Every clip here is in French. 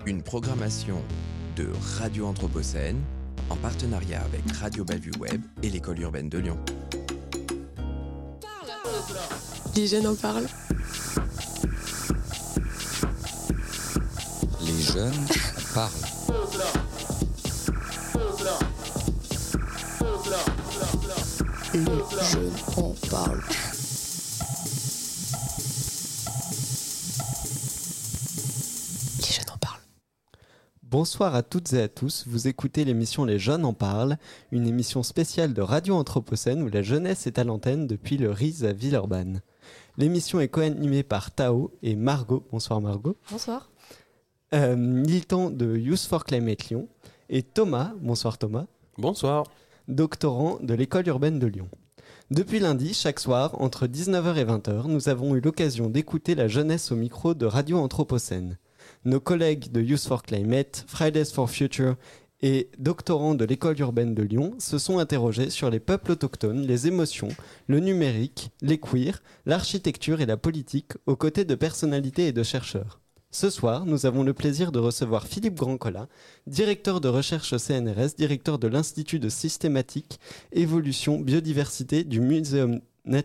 Une programmation de Radio Anthropocène en partenariat avec Radio Bellevue Web et l'École urbaine de Lyon. Les jeunes en parlent. Les jeunes en parlent. Les jeunes en parlent. Les jeunes en parlent. Bonsoir à toutes et à tous, vous écoutez l'émission Les Jeunes en parlent, une émission spéciale de Radio Anthropocène où la jeunesse est à l'antenne depuis le RIS à Villeurbanne. L'émission est co-animée par Tao et Margot. Bonsoir Margot. Bonsoir. Militant de Youth for Climate Lyon. Et Thomas. Bonsoir Thomas. Bonsoir. Doctorant de l'École urbaine de Lyon. Depuis lundi, chaque soir, entre 19h et 20h, nous avons eu l'occasion d'écouter la jeunesse au micro de Radio Anthropocène. Nos collègues de Youth for Climate, Fridays for Future et doctorants de l'École urbaine de Lyon se sont interrogés sur les peuples autochtones, les émotions, le numérique, les queers, l'architecture et la politique, aux côtés de personnalités et de chercheurs. Ce soir, nous avons le plaisir de recevoir Philippe Grandcola, directeur de recherche au CNRS, directeur de l'Institut de systématique, évolution, biodiversité du Muséum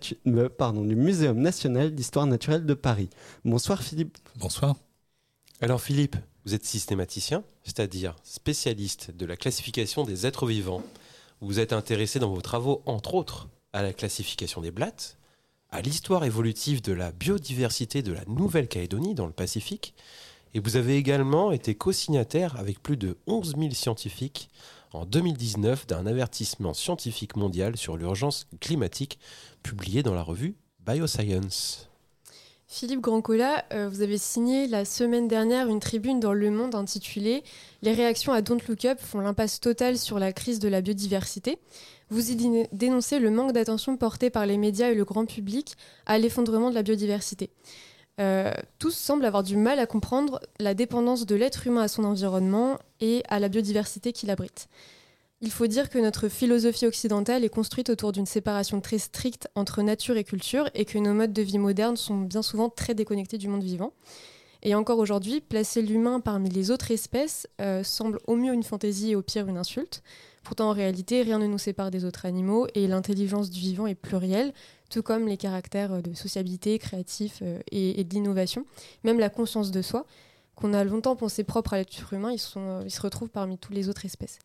national d'histoire naturelle de Paris. Bonsoir Philippe. Bonsoir. Alors Philippe, vous êtes systématicien, c'est-à-dire spécialiste de la classification des êtres vivants. Vous êtes intéressé dans vos travaux, entre autres, à la classification des blattes, à l'histoire évolutive de la biodiversité de la Nouvelle-Calédonie dans le Pacifique, et vous avez également été co-signataire avec plus de 11 000 scientifiques en 2019 d'un avertissement scientifique mondial sur l'urgence climatique publié dans la revue Bioscience. Philippe Grandcola, vous avez signé la semaine dernière une tribune dans Le Monde intitulée « Les réactions à Don't Look Up font l'impasse totale sur la crise de la biodiversité ». Vous y dénoncez le manque d'attention porté par les médias et le grand public à l'effondrement de la biodiversité. Tous semblent avoir du mal à comprendre la dépendance de l'être humain à son environnement et à la biodiversité qu'il abrite. Il faut dire que notre philosophie occidentale est construite autour d'une séparation très stricte entre nature et culture et que nos modes de vie modernes sont bien souvent très déconnectés du monde vivant. Et encore aujourd'hui, placer l'humain parmi les autres espèces semble au mieux une fantaisie et au pire une insulte. Pourtant, en réalité, rien ne nous sépare des autres animaux et l'intelligence du vivant est plurielle, tout comme les caractères de sociabilité, créatif et de l'innovation. Même la conscience de soi, qu'on a longtemps pensé propre à l'être humain, ils se retrouvent parmi toutes les autres espèces.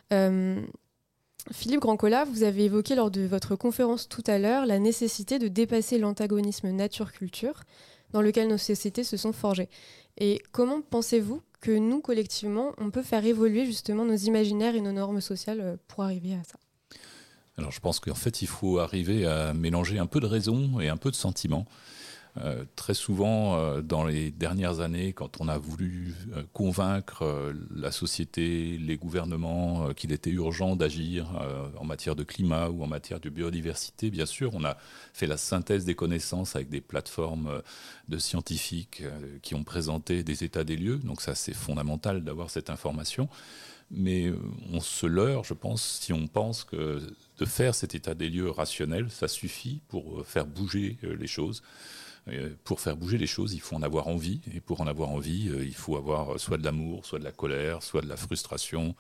Philippe Grandcola, vous avez évoqué lors de votre conférence tout à l'heure la nécessité de dépasser l'antagonisme nature-culture dans lequel nos sociétés se sont forgées. Et comment pensez-vous que nous, collectivement, on peut faire évoluer justement nos imaginaires et nos normes sociales pour arriver à ça ? Alors je pense qu'en fait, il faut arriver à mélanger un peu de raison et un peu de sentiment. Très souvent, dans les dernières années, quand on a voulu convaincre la société, les gouvernements qu'il était urgent d'agir en matière de climat ou en matière de biodiversité, bien sûr, on a fait la synthèse des connaissances avec des plateformes de scientifiques qui ont présenté des états des lieux. Donc ça, c'est fondamental d'avoir cette information. Mais on se leurre, je pense, si on pense que de faire cet état des lieux rationnel, ça suffit pour faire bouger les choses. Pour faire bouger les choses, il faut en avoir envie. Et pour en avoir envie, il faut avoir soit de l'amour, soit de la colère, soit de la frustration.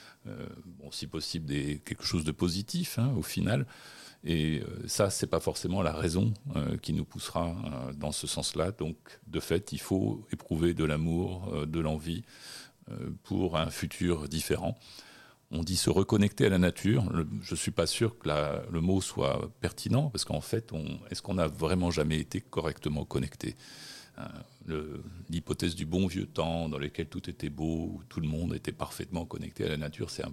Si possible, quelque chose de positif, au final. Et ça, c'est pas forcément la raison qui nous poussera dans ce sens-là. Donc, de fait, il faut éprouver de l'amour, de l'envie pour un futur différent. On dit se reconnecter à la nature. Je ne suis pas sûr que le mot soit pertinent, parce qu'en fait, est-ce qu'on n'a vraiment jamais été correctement connecté ? L'hypothèse du bon vieux temps, dans lequel tout était beau, où tout le monde était parfaitement connecté à la nature, c'est un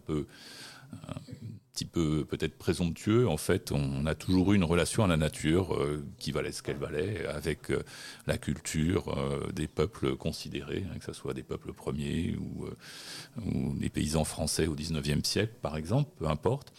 petit peu peut-être présomptueux. En fait, on a toujours eu une relation à la nature qui valait ce qu'elle valait, avec la culture des peuples considérés, que ce soit des peuples premiers ou des paysans français au XIXe siècle, par exemple, peu importe.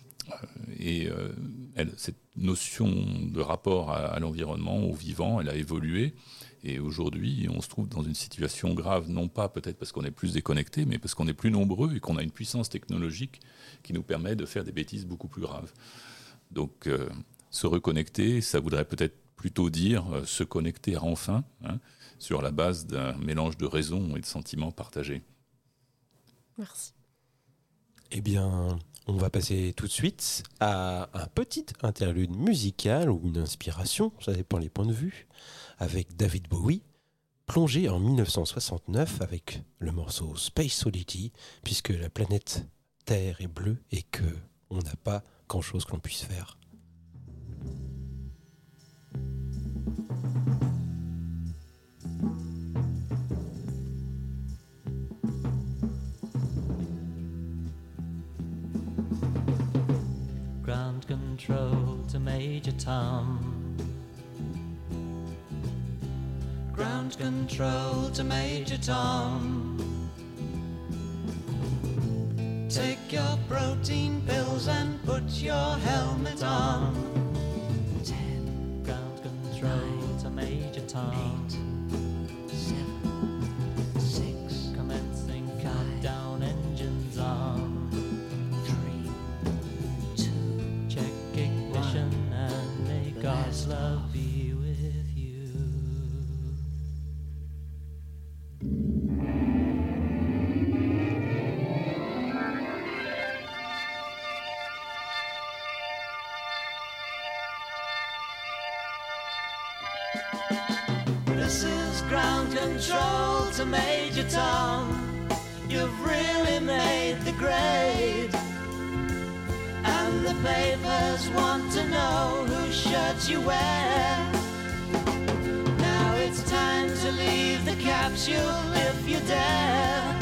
Cette notion de rapport à l'environnement, au vivant, elle a évolué. Et aujourd'hui, on se trouve dans une situation grave, non pas peut-être parce qu'on est plus déconnecté, mais parce qu'on est plus nombreux et qu'on a une puissance technologique qui nous permet de faire des bêtises beaucoup plus graves. Donc, se reconnecter, ça voudrait peut-être plutôt dire se connecter enfin, sur la base d'un mélange de raison et de sentiments partagés. Merci. Eh bien, on va passer tout de suite à un petit interlude musical ou une inspiration, ça dépend les points de vue, avec David Bowie, plongé en 1969 avec le morceau Space Oddity, puisque la planète Terre est bleue et que on n'a pas grand-chose que l'on puisse faire. Ground control to Major Tom. Ground control to Major Tom. Take your protein pills and put your helmet on. 10. Ground control to Major Tom. 8, 7, 6. Commencing countdown, engines on. 3, 2. Check ignition and may God's love be with you. This is ground control to Major Tom. You've really made the grade. And the papers want to know whose shirt you wear. Now it's time to leave the capsule if you dare.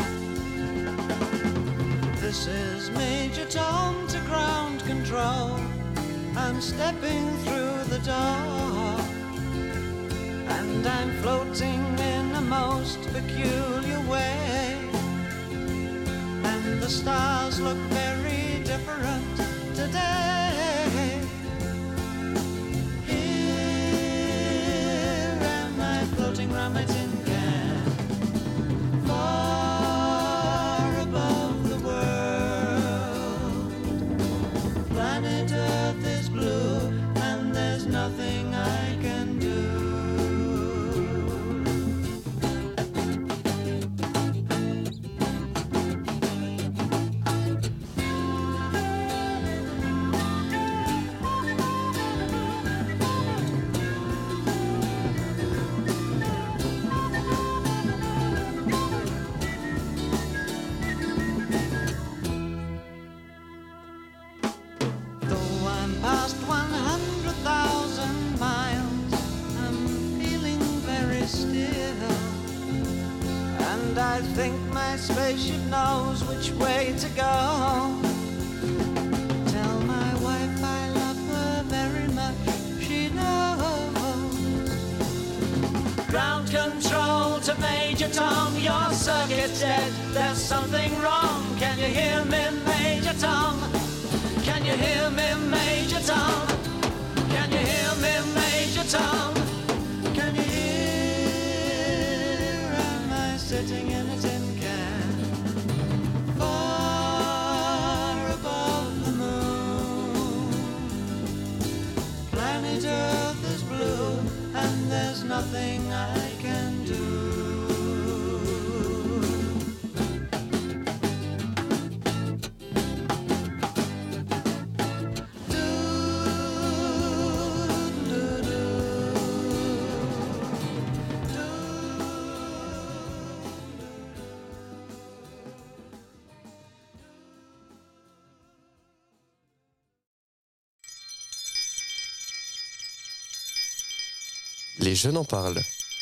This is Major Tom to ground control. I'm stepping through the door. And I'm floating in a most peculiar way. And the stars look very different today. Here am I floating round my tin can, far above the world. Planet Earth is blue and there's nothing I can do. Though I'm past 100,000 miles, I'm feeling very still. And I think my spaceship knows which way to go. Tell my wife I love her very much, she knows. Ground control to Major Tom, your circuit's dead, there's something wrong. Can you hear me, Major Tom? Can you hear me, Major Tom? Can you hear me, Major Tom? Can you hear? Am I sitting in a tin can, far above the moon? Planet Earth is blue, and there's nothing I can do. Les jeunes en parlent.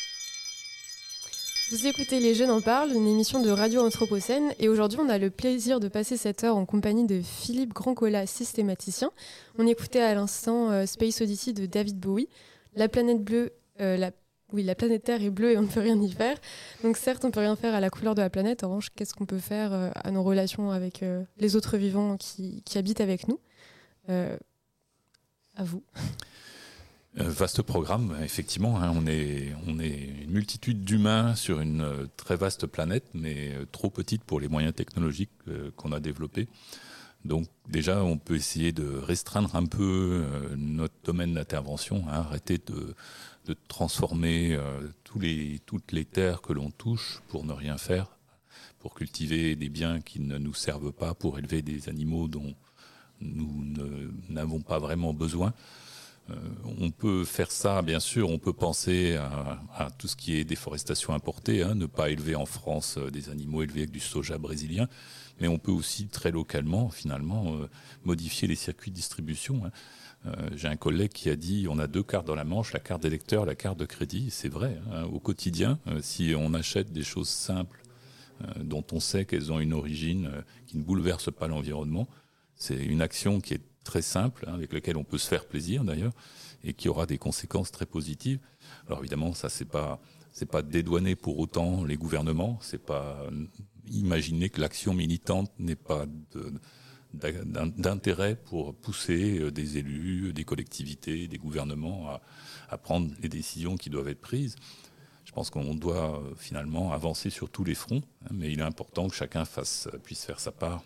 Vous écoutez Les Jeunes en parlent, une émission de Radio Anthropocène, et aujourd'hui on a le plaisir de passer cette heure en compagnie de Philippe Grandcola, systématicien. On écoutait à l'instant Space Oddity de David Bowie. La planète bleue, la planète Terre est bleue et on ne peut rien y faire. Donc certes, on peut rien faire à la couleur de la planète. En revanche, qu'est-ce qu'on peut faire à nos relations avec les autres vivants qui habitent avec nous ? À vous. Vaste programme, effectivement. On est une multitude d'humains sur une très vaste planète, mais trop petite pour les moyens technologiques qu'on a développés. Donc déjà, on peut essayer de restreindre un peu notre domaine d'intervention, arrêter de transformer toutes les terres que l'on touche pour ne rien faire, pour cultiver des biens qui ne nous servent pas, pour élever des animaux dont nous n'avons pas vraiment besoin. On peut faire ça, bien sûr, on peut penser à tout ce qui est déforestation importée, ne pas élever en France des animaux élevés avec du soja brésilien, mais on peut aussi très localement, finalement, modifier les circuits de distribution. J'ai un collègue qui a dit on a 2 cartes dans la manche, la carte d'électeur, la carte de crédit. C'est vrai, au quotidien, si on achète des choses simples dont on sait qu'elles ont une origine qui ne bouleverse pas l'environnement, c'est une action qui est très simple, avec laquelle on peut se faire plaisir d'ailleurs, et qui aura des conséquences très positives. Alors évidemment, ça c'est pas dédouaner pour autant les gouvernements, c'est pas imaginer que l'action militante n'ait pas d'intérêt pour pousser des élus, des collectivités, des gouvernements à prendre les décisions qui doivent être prises. Je pense qu'on doit finalement avancer sur tous les fronts, mais il est important que chacun puisse faire sa part.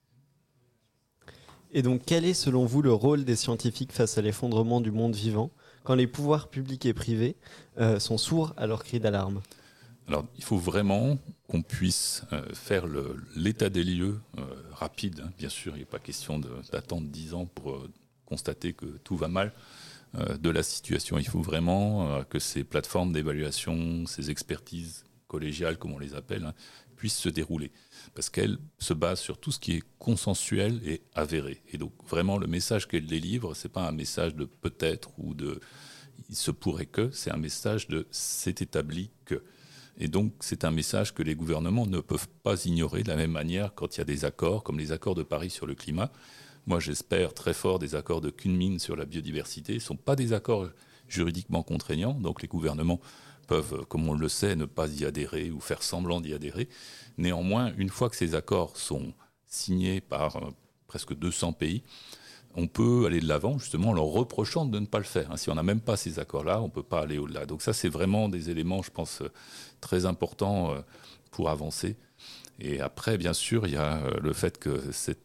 Et donc, quel est selon vous le rôle des scientifiques face à l'effondrement du monde vivant, quand les pouvoirs publics et privés sont sourds à leurs cris d'alarme ? Alors, il faut vraiment qu'on puisse faire l'état des lieux rapide. Bien sûr, il n'est pas question d'attendre 10 ans pour constater que tout va mal de la situation. Il faut vraiment que ces plateformes d'évaluation, ces expertises collégiales, comme on les appelle, puissent se dérouler. Parce qu'elles se basent sur tout ce qui est consensuel et avéré. Et donc, vraiment, le message qu'elles délivrent, ce n'est pas un message de peut-être ou de il se pourrait que, c'est un message de c'est établi que. Et donc, c'est un message que les gouvernements ne peuvent pas ignorer de la même manière quand il y a des accords, comme les accords de Paris sur le climat. Moi, j'espère très fort des accords de Kunming sur la biodiversité. Ce ne sont pas des accords juridiquement contraignants, donc les gouvernements peuvent, comme on le sait, ne pas y adhérer ou faire semblant d'y adhérer. Néanmoins, une fois que ces accords sont signés par presque 200 pays, on peut aller de l'avant justement en leur reprochant de ne pas le faire. Si on n'a même pas ces accords-là, on ne peut pas aller au-delà. Donc ça, c'est vraiment des éléments, je pense, très importants pour avancer. Et après, bien sûr, il y a le fait que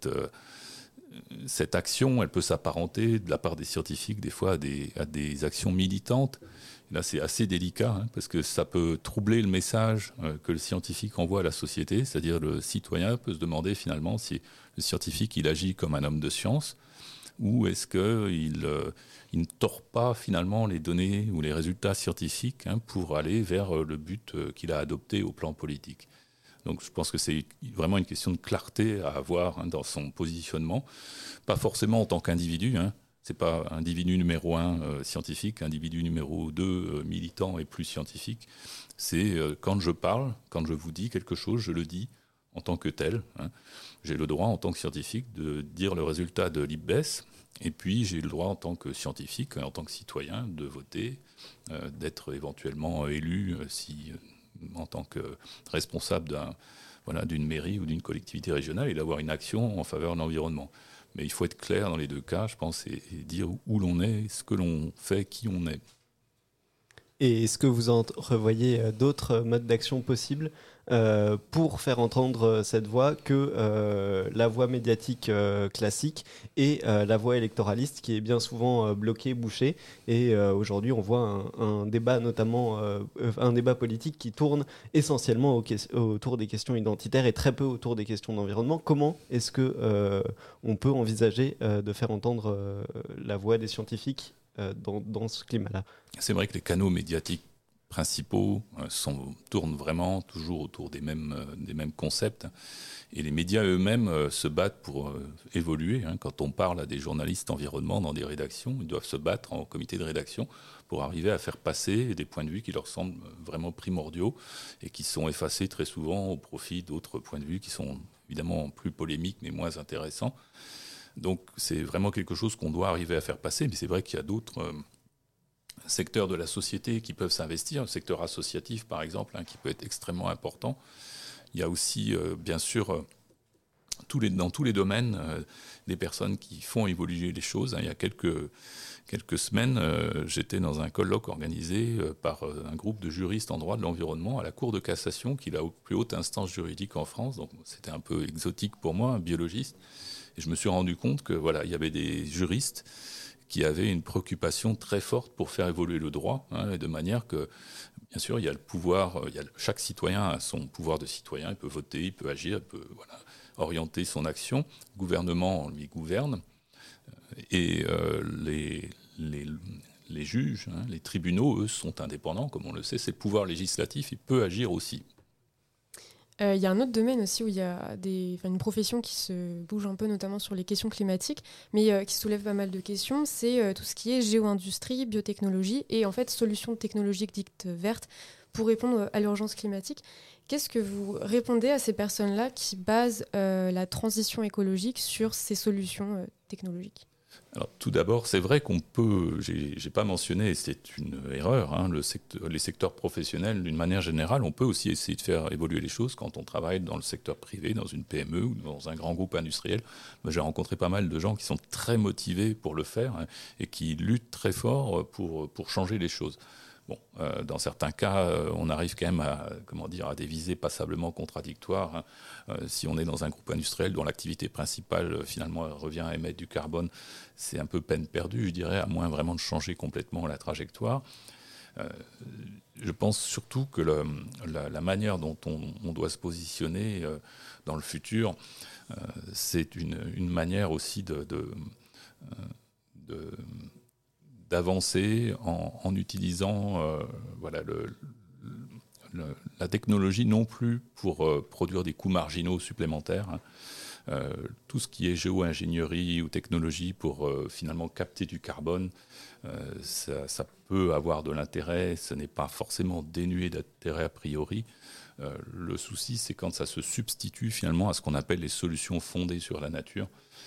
cette action, elle peut s'apparenter de la part des scientifiques des fois à des actions militantes. Et là, c'est assez délicat parce que ça peut troubler le message que le scientifique envoie à la société. C'est-à-dire le citoyen peut se demander finalement si le scientifique il agit comme un homme de science ou est-ce qu'il ne tord pas finalement les données ou les résultats scientifiques pour aller vers le but qu'il a adopté au plan politique. Donc je pense que c'est vraiment une question de clarté à avoir dans son positionnement, pas forcément en tant qu'individu. C'est pas individu numéro 1 scientifique, individu numéro 2 militant et plus scientifique. C'est quand je parle, quand je vous dis quelque chose, je le dis en tant que tel. J'ai le droit en tant que scientifique de dire le résultat de l'IPBES, et puis j'ai le droit en tant que scientifique, en tant que citoyen, de voter, d'être éventuellement élu en tant que responsable d'une mairie ou d'une collectivité régionale et d'avoir une action en faveur de l'environnement. Mais il faut être clair dans les 2 cas, je pense, et dire où l'on est, ce que l'on fait, qui on est. Et est-ce que vous revoyez d'autres modes d'action possibles pour faire entendre cette voix que la voix médiatique classique et la voix électoraliste qui est bien souvent bloquée, bouchée. Et aujourd'hui, on voit un débat, notamment un débat politique qui tourne essentiellement autour des questions identitaires et très peu autour des questions d'environnement. Comment est-ce que on peut envisager de faire entendre la voix des scientifiques dans ce climat-là? C'est vrai que les canaux médiatiques principaux tournent vraiment toujours autour des mêmes concepts. Et les médias eux-mêmes se battent pour évoluer. Quand on parle à des journalistes environnement dans des rédactions, ils doivent se battre en comité de rédaction pour arriver à faire passer des points de vue qui leur semblent vraiment primordiaux et qui sont effacés très souvent au profit d'autres points de vue qui sont évidemment plus polémiques mais moins intéressants. Donc c'est vraiment quelque chose qu'on doit arriver à faire passer, mais c'est vrai qu'il y a d'autres secteurs de la société qui peuvent s'investir, le secteur associatif par exemple, qui peut être extrêmement important. Il y a aussi bien sûr dans tous les domaines des personnes qui font évoluer les choses. Il y a quelques semaines, j'étais dans un colloque organisé par un groupe de juristes en droit de l'environnement à la Cour de cassation, qui est la plus haute instance juridique en France, donc c'était un peu exotique pour moi, un biologiste. Et je me suis rendu compte que il y avait des juristes qui avaient une préoccupation très forte pour faire évoluer le droit, de manière que, bien sûr, il y a le pouvoir, chaque citoyen a son pouvoir de citoyen, il peut voter, il peut agir, il peut orienter son action. Le gouvernement lui gouverne, et les juges, les tribunaux, eux, sont indépendants, comme on le sait. C'est le pouvoir législatif, il peut agir aussi. Il y a un autre domaine aussi où il y a une profession qui se bouge un peu, notamment sur les questions climatiques, mais qui soulève pas mal de questions. C'est tout ce qui est géo-industrie, biotechnologie et en fait solutions technologiques dites vertes pour répondre à l'urgence climatique. Qu'est-ce que vous répondez à ces personnes-là qui basent la transition écologique sur ces solutions technologiques ? Alors, tout d'abord, c'est vrai qu'on peut, j'ai pas mentionné, et c'est une erreur, les secteurs professionnels, d'une manière générale, on peut aussi essayer de faire évoluer les choses quand on travaille dans le secteur privé, dans une PME ou dans un grand groupe industriel. J'ai rencontré pas mal de gens qui sont très motivés pour le faire et qui luttent très fort pour changer les choses. Bon, dans certains cas, on arrive quand même à des visées passablement contradictoires. Si on est dans un groupe industriel dont l'activité principale, finalement, revient à émettre du carbone, c'est un peu peine perdue, je dirais, à moins vraiment de changer complètement la trajectoire. Je pense surtout que la manière dont on doit se positionner dans le futur, c'est une manière aussi d'avancer en utilisant la technologie non plus pour produire des coûts marginaux supplémentaires. Tout ce qui est géo-ingénierie ou technologie pour finalement capter du carbone, ça peut avoir de l'intérêt, ce n'est pas forcément dénué d'intérêt a priori. Le souci, c'est quand ça se substitue finalement à ce qu'on appelle les solutions fondées sur la nature.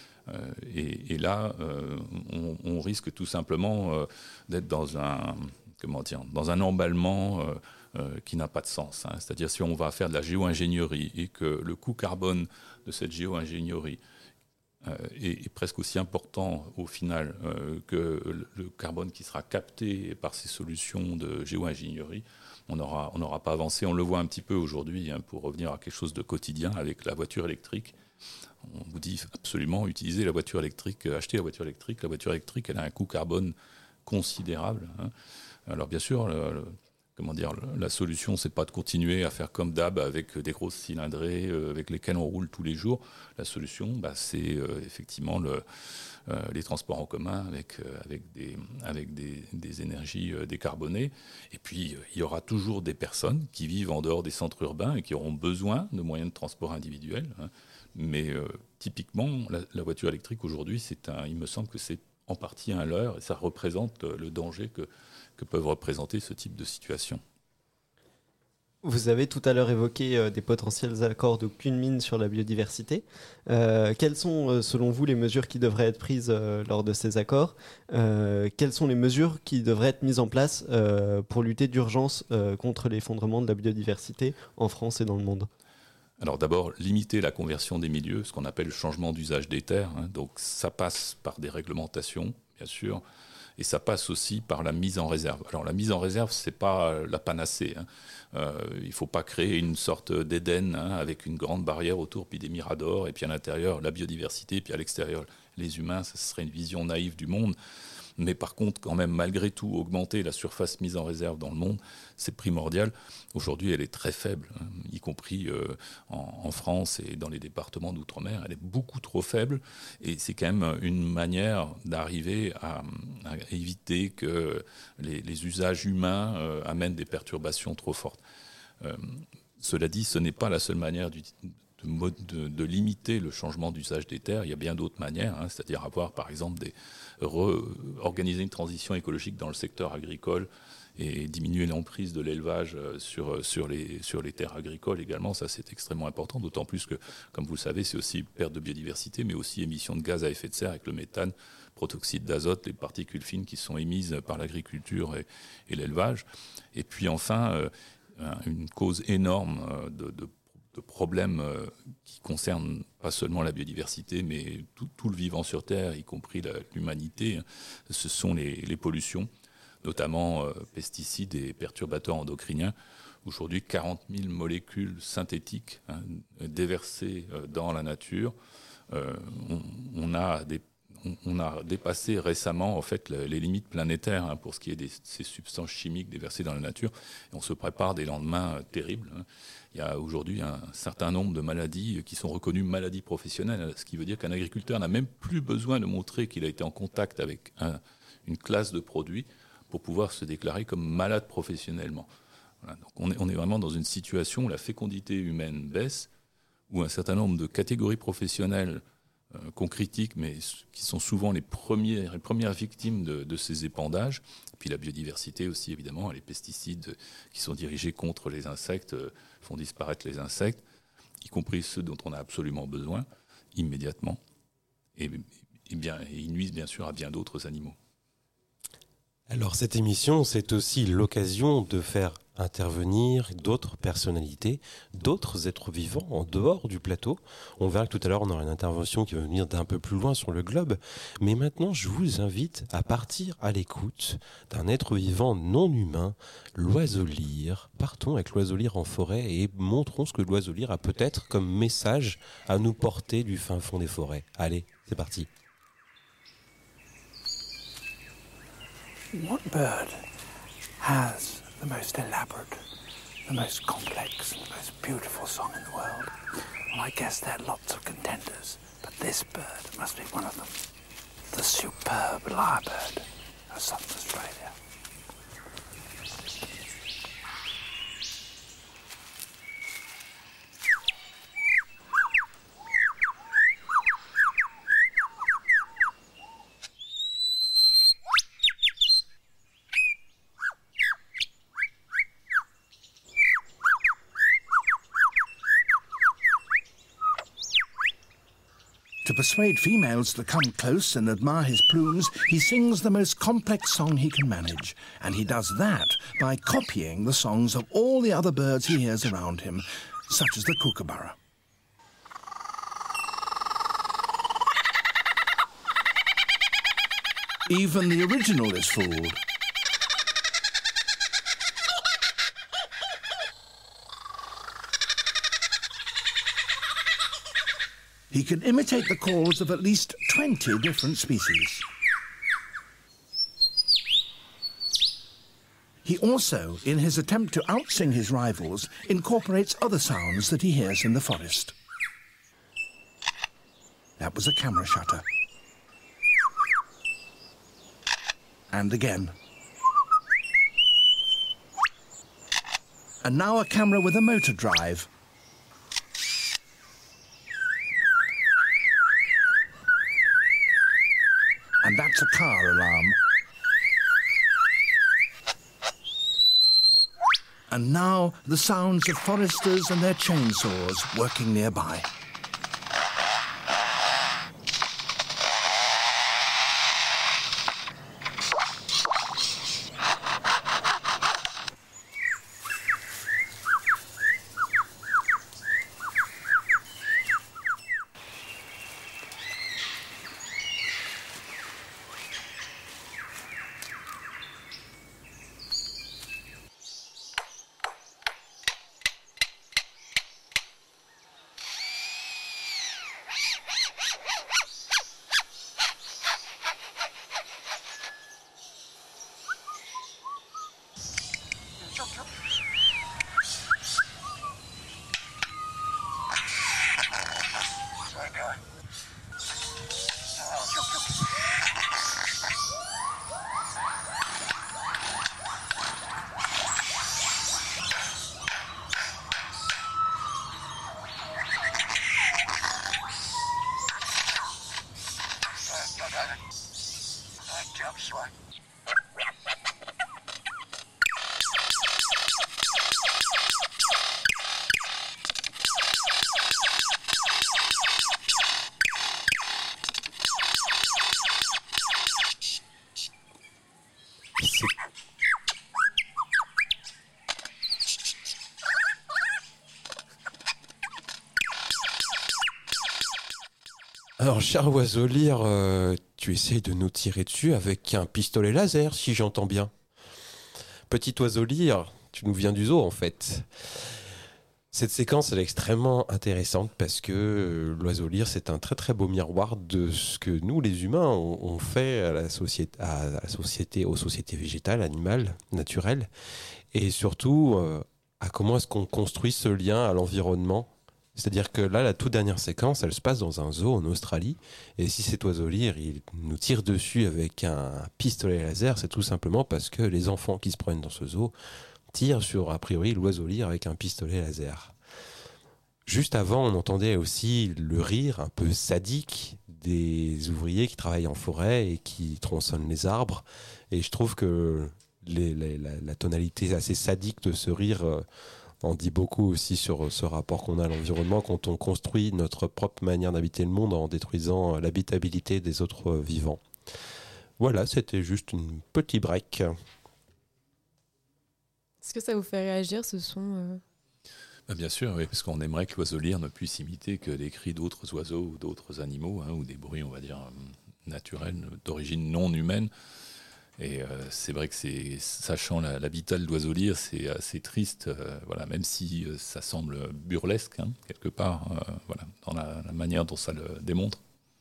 Et là, on risque tout simplement d'être dans un emballement qui n'a pas de sens. C'est-à-dire, si on va faire de la géo-ingénierie et que le coût carbone de cette géo-ingénierie est presque aussi important au final que le carbone qui sera capté par ces solutions de géo-ingénierie, on n'aura pas avancé. On le voit un petit peu aujourd'hui, pour revenir à quelque chose de quotidien avec la voiture électrique. On vous dit absolument utiliser la voiture électrique, acheter la voiture électrique. La voiture électrique, elle a un coût carbone considérable. Alors bien sûr, la solution, c'est pas de continuer à faire comme d'hab avec des grosses cylindrées avec lesquelles on roule tous les jours. La solution, c'est effectivement les transports en commun avec des énergies décarbonées. Et puis, il y aura toujours des personnes qui vivent en dehors des centres urbains et qui auront besoin de moyens de transport individuels. Mais typiquement, la voiture électrique aujourd'hui, il me semble que c'est en partie un leurre et ça représente le danger que peuvent représenter ce type de situation. Vous avez tout à l'heure évoqué des potentiels accords de Kunming sur la biodiversité. Quelles sont, selon vous, les mesures qui devraient être prises lors de ces accords ? Quelles sont les mesures qui devraient être mises en place pour lutter d'urgence contre l'effondrement de la biodiversité en France et dans le monde ? Alors d'abord, limiter la conversion des milieux, ce qu'on appelle le changement d'usage des terres. Donc ça passe par des réglementations, bien sûr, et ça passe aussi par la mise en réserve. Alors la mise en réserve, c'est pas la panacée. Il ne faut pas créer une sorte d'Éden avec une grande barrière autour, puis des miradors, et puis à l'intérieur la biodiversité, puis à l'extérieur les humains. Ça serait une vision naïve du monde. Mais par contre, quand même, malgré tout, augmenter la surface mise en réserve dans le monde, c'est primordial. Aujourd'hui, elle est très faible, y compris en France et dans les départements d'outre-mer. Elle est beaucoup trop faible et c'est quand même une manière d'arriver à éviter que les usages humains amènent des perturbations trop fortes. Cela dit, ce n'est pas la seule manière de limiter le changement d'usage des terres. Il y a bien d'autres manières, c'est-à-dire avoir, par exemple, organiser une transition écologique dans le secteur agricole et diminuer l'emprise de l'élevage sur les terres agricoles également. Ça, c'est extrêmement important, d'autant plus que, comme vous le savez, c'est aussi perte de biodiversité, mais aussi émission de gaz à effet de serre avec le méthane, protoxyde d'azote, les particules fines qui sont émises par l'agriculture et l'élevage. Et puis enfin, une cause énorme de problèmes qui concernent pas seulement la biodiversité, mais tout le vivant sur Terre, y compris l'humanité, ce sont les pollutions, notamment pesticides et perturbateurs endocriniens. Aujourd'hui, 40 000 molécules synthétiques déversées dans la nature On a dépassé récemment en fait les limites planétaires pour ce qui est de ces substances chimiques déversées dans la nature. Et on se prépare des lendemains terribles. Il y a aujourd'hui un certain nombre de maladies qui sont reconnues maladies professionnelles, ce qui veut dire qu'un agriculteur n'a même plus besoin de montrer qu'il a été en contact avec une classe de produits pour pouvoir se déclarer comme malade professionnellement. Voilà, donc on est vraiment dans une situation où la fécondité humaine baisse, où un certain nombre de catégories professionnelles qu'on critique, mais qui sont souvent les premières victimes de ces épandages. Et puis la biodiversité aussi, évidemment, les pesticides qui sont dirigés contre les insectes font disparaître les insectes, y compris ceux dont on a absolument besoin, immédiatement. Et ils nuisent bien sûr à bien d'autres animaux. Alors cette émission, c'est aussi l'occasion de faire intervenir d'autres personnalités, d'autres êtres vivants en dehors du plateau. On verra que tout à l'heure, on aura une intervention qui va venir d'un peu plus loin sur le globe. Mais maintenant, je vous invite à partir à l'écoute d'un être vivant non humain, l'oiseau lyre. Partons avec l'oiseau lyre en forêt et montrons ce que l'oiseau lyre a peut-être comme message à nous porter du fin fond des forêts. Allez, c'est parti. What bird has the most elaborate, the most complex, and the most beautiful song in the world? Well, I guess there are lots of contenders, but this bird must be one of them. The superb lyrebird of southern Australia. To persuade females to come close and admire his plumes, he sings the most complex song he can manage. And he does that by copying the songs of all the other birds he hears around him, such as the kookaburra. Even the original is fooled. He can imitate the calls of at least 20 different species. He also, in his attempt to outsing his rivals, incorporates other sounds that he hears in the forest. That was a camera shutter. And again. And now a camera with a motor drive. And that's a car alarm. And now the sounds of foresters and their chainsaws working nearby. Alors, cher oiseau lyre, tu essayes de nous tirer dessus avec un pistolet laser, si j'entends bien. Petit oiseau lyre, tu nous viens du zoo en fait. Cette séquence, elle est extrêmement intéressante parce que l'oiseau lyre, c'est un très très beau miroir de ce que nous, les humains, on fait à la société, aux sociétés végétales, animales, naturelles, et surtout à comment est-ce qu'on construit ce lien à l'environnement. C'est-à-dire que là, la toute dernière séquence, elle se passe dans un zoo en Australie, et si cet oiseau lyre, il nous tire dessus avec un pistolet laser, c'est tout simplement parce que les enfants qui se prennent dans ce zoo tire sur, a priori, l'oiseau lyre avec un pistolet laser. Juste avant, on entendait aussi le rire un peu sadique des ouvriers qui travaillent en forêt et qui tronçonnent les arbres. Et je trouve que la tonalité assez sadique de ce rire en dit beaucoup aussi sur ce rapport qu'on a à l'environnement quand on construit notre propre manière d'habiter le monde en détruisant l'habitabilité des autres vivants. Voilà, c'était juste une petite break. Est-ce que ça vous fait réagir, ce son Bien sûr, oui, parce qu'on aimerait que l'oiseau lyre ne puisse imiter que les cris d'autres oiseaux ou d'autres animaux, ou des bruits, on va dire, naturels, d'origine non humaine. Et c'est vrai que sachant la vitale d'oiseau lyre, c'est assez triste, voilà, même si ça semble burlesque, quelque part, voilà, dans la manière dont ça le démontre.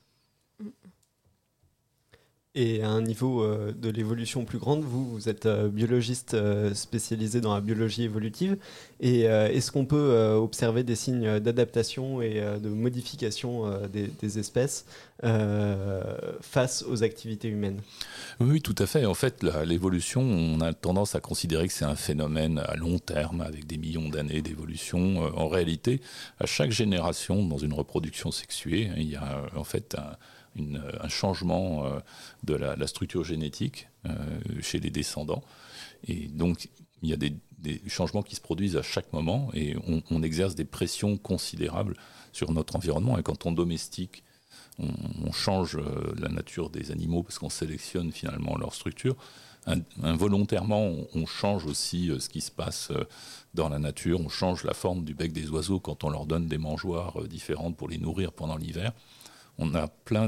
Et à un niveau de l'évolution plus grande, vous êtes biologiste spécialisé dans la biologie évolutive. Et est-ce qu'on peut observer des signes d'adaptation et de modification des espèces face aux activités humaines ? Oui, tout à fait. En fait, l'évolution, on a tendance à considérer que c'est un phénomène à long terme, avec des millions d'années d'évolution. En réalité, à chaque génération, dans une reproduction sexuée, il y a en fait un changement de la structure génétique chez les descendants. Et donc, il y a des changements qui se produisent à chaque moment et on exerce des pressions considérables sur notre environnement. Et quand on domestique, on change la nature des animaux parce qu'on sélectionne finalement leur structure. Involontairement, on change aussi ce qui se passe dans la nature. On change la forme du bec des oiseaux quand on leur donne des mangeoires différentes pour les nourrir pendant l'hiver. On a plein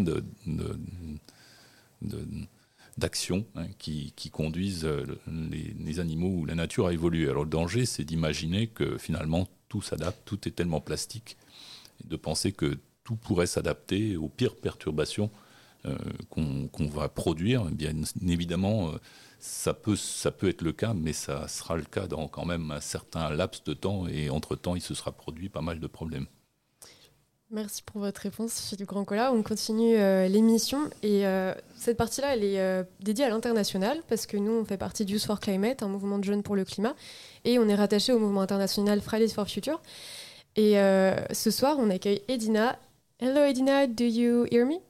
d'actions qui conduisent les animaux ou la nature à évoluer. Alors le danger, c'est d'imaginer que finalement tout s'adapte, tout est tellement plastique, et de penser que tout pourrait s'adapter aux pires perturbations qu'on va produire. Bien évidemment, ça peut être le cas, mais ça sera le cas dans quand même un certain laps de temps, et entre-temps, il se sera produit pas mal de problèmes. Merci pour votre réponse, Philippe Grandcola. On continue l'émission et cette partie-là, elle est dédiée à l'international parce que nous, on fait partie du Youth for Climate, un mouvement de jeunes pour le climat, et on est rattaché au mouvement international Fridays for Future. Et ce soir, on accueille Edina. Hello, Edina. Do you hear me?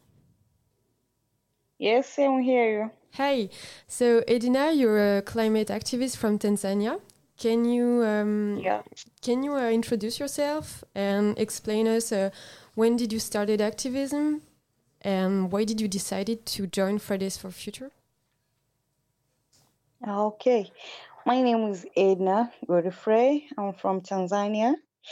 Yes, I hear you. Hi. So, Edina, you're a climate activist from Tanzania. Can you introduce yourself and explain us when did you started activism and why did you decide to join Fridays for Future? Okay, my name is Edna Godfrey. I'm from Tanzania.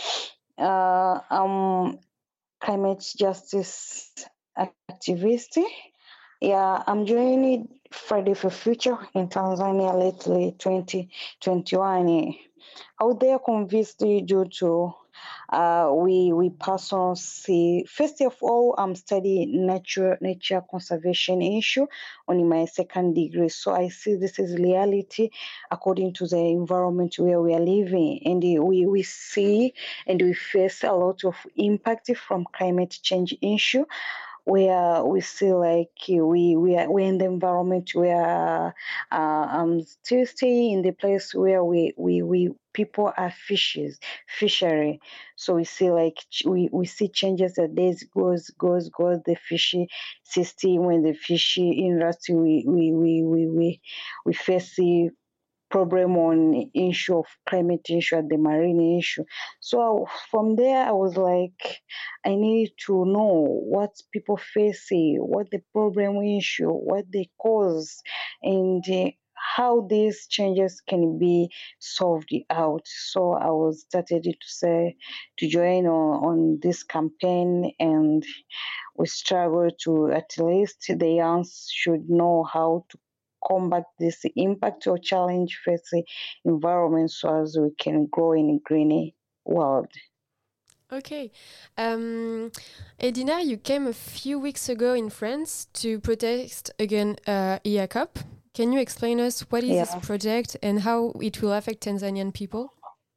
I'm climate justice activist. Yeah, I'm joining Friday for Future in Tanzania lately, 2021. Out there convinced due to we personally see. First of all, I'm studying nature conservation issue on my second degree. So I see this is reality according to the environment where we are living, and we see and we face a lot of impact from climate change issue. Where we see like we're in the environment where still staying in the place where we people are fishery. So we see like we see changes as days goes the fishy system. When the fishy industry we face the problem on issue of climate issue at the marine issue. So from there I was like, I need to know what people face, what the problem issue, what they cause, and how these changes can be solved out. So I was started to join on this campaign, and we struggle to at least the young should know how to combat this impact or challenge facing environment so as we can grow in greenery. world. Okay. Edina, you came a few weeks ago in France to protest against EACOP. Can you explain us what is this project and how it will affect Tanzanian people?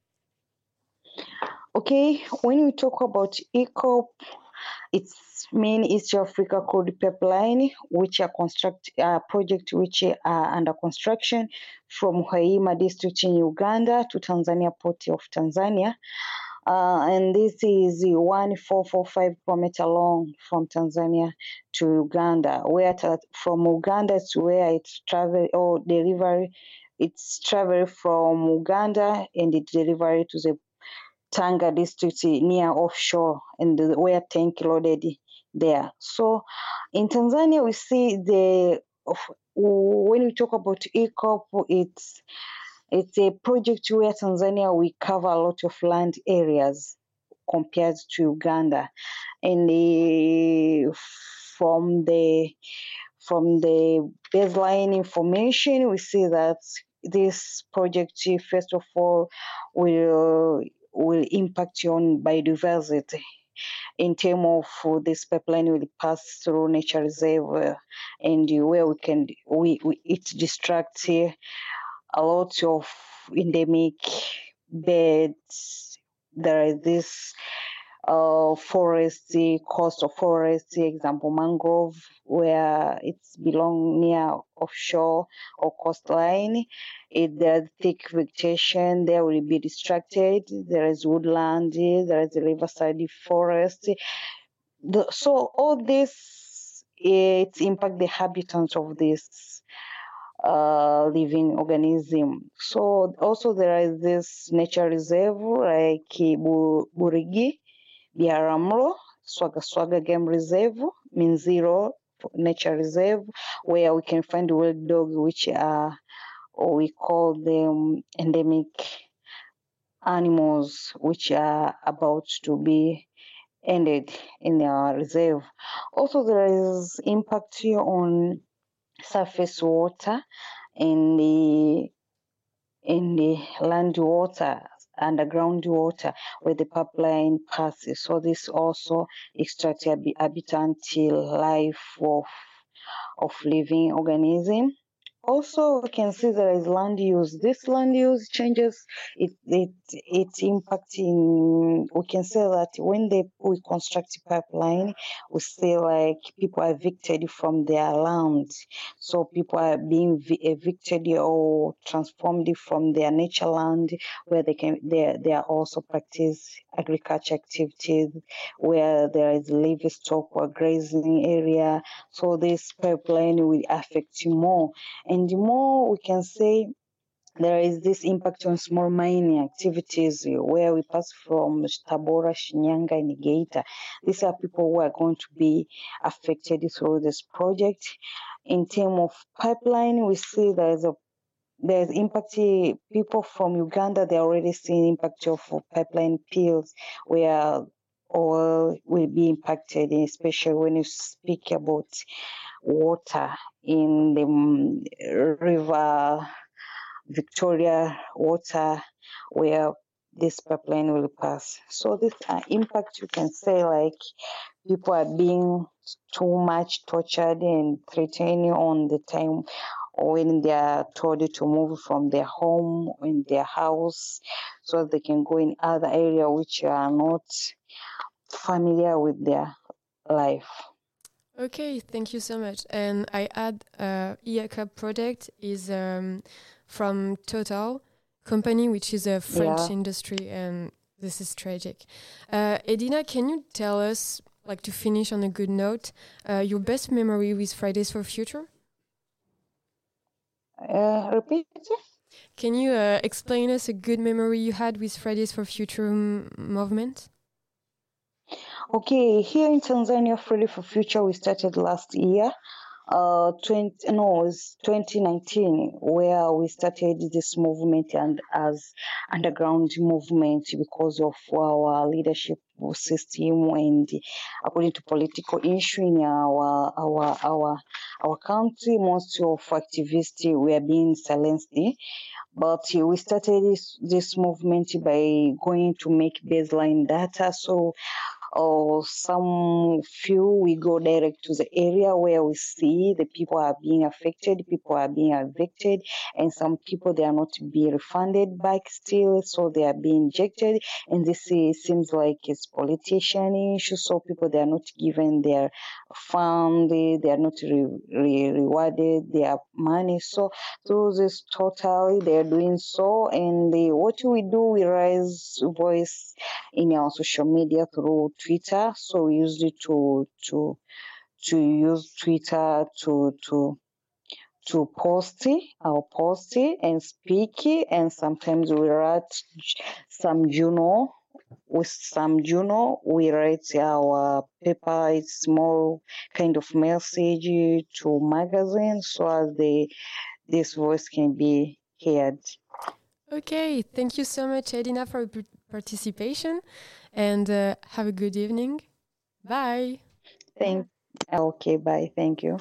Okay, when we talk about EACOP, it's main East Africa Crude Pipeline, which are project which are under construction from Hoima district in Uganda to Tanzania Port of Tanzania. And this is 1445 kilometer long from Tanzania to Uganda, where from Uganda to where it's travel or delivery, it's travel from Uganda and it delivery to the Tanga district near offshore and where tank loaded there. So in Tanzania, we see when we talk about EACOP, it's a project where Tanzania we cover a lot of land areas compared to Uganda, and from the baseline information, we see that this project, first of all, will impact on biodiversity. In terms of this pipeline will pass through nature reserve, and where it distracts a lot of endemic birds. There is this forest, coastal forest, example mangrove, where it's belong near offshore or coastline. There's thick vegetation, there will be distracted. There is woodland, there is a riverside forest. So all this, it impact the habitats of this living organism. So also there is this nature reserve like Burigi, Biaramlo, Swaga Game Reserve, Minziro Nature Reserve, where we can find wild dogs, which are, or we call them endemic animals, which are about to be ended in our reserve. Also, there is impact here on surface water in the land water, underground water, where the pipeline passes. So this also extracts habitat life of living organism. Also, we can see there is land use. This land use changes. It's impacting. We can say that when we construct a pipeline, we say like people are evicted from their land. So people are being evicted or transformed from their nature land, where they are also practice agriculture activities, where there is livestock or grazing area. So this pipeline will affect you more. And the more we can say there is this impact on small mining activities where we pass from Tabora, Shinyanga, and Geita. These are people who are going to be affected through this project. In terms of pipeline, we see there's impact. People from Uganda, they're already seeing impact of pipeline pills where oil will be impacted, especially when you speak about water in the river Victoria water where this pipeline will pass. So this impact, you can say like people are being too much tortured and threatened on the time when they are told to move from their home in their house so they can go in other area which are not familiar with their life. Okay, thank you so much. And I add EACOP project is from Total company, which is a French industry, and this is tragic. Edina, can you tell us, like to finish on a good note, your best memory with Fridays for Future? Repeat. Can you explain us a good memory you had with Fridays for Future movement? Okay, here in Tanzania, Friday for Future, we started last year it's 2019 where we started this movement and as underground movement because of our leadership system and according to political issue in our country, most of activists were being silenced. But we started this movement by going to make baseline data. So some few we go direct to the area where we see the people are being affected, people are being evicted, and some people they are not being refunded back still, so they are being ejected. And this seems like it's politician issue, so people they are not given their fund, they are not rewarded their money. So through this totally they are doing so, and what we do, we raise voice in our social media through Twitter. So we used it to use Twitter to post and speak, and sometimes we write some journal. With some journal, we write our paper. It's small kind of message to magazines, so as this voice can be heard. Okay, thank you so much, Edina, for your participation, and have a good evening. Bye. Okay, bye. Thank you.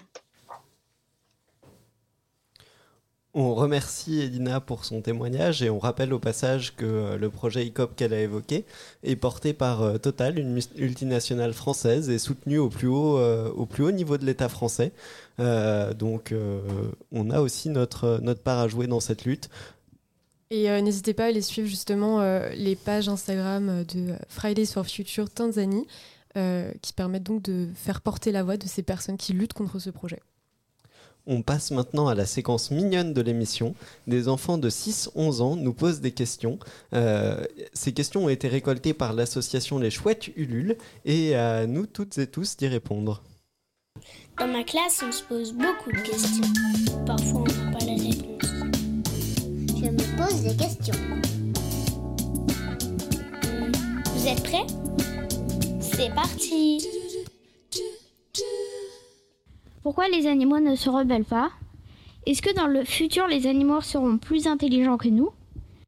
On remercie Edina pour son témoignage et on rappelle au passage que le projet ICOP qu'elle a évoqué est porté par Total, une multinationale française, et soutenu au plus haut niveau de l'État français. Donc on a aussi notre part à jouer dans cette lutte. Et n'hésitez pas à aller suivre justement les pages Instagram de Fridays for Future Tanzanie qui permettent donc de faire porter la voix de ces personnes qui luttent contre ce projet. On passe maintenant à la séquence mignonne de l'émission. Des enfants de 6-11 ans nous posent des questions. Ces questions ont été récoltées par l'association Les Chouettes Ulule et à nous toutes et tous d'y répondre. Dans ma classe, on se pose beaucoup de questions. Parfois, on n'a pas la réponse. Je me pose des questions. Vous êtes prêts ? C'est parti ! Pourquoi les animaux ne se rebellent pas ? Est-ce que dans le futur, les animaux seront plus intelligents que nous ?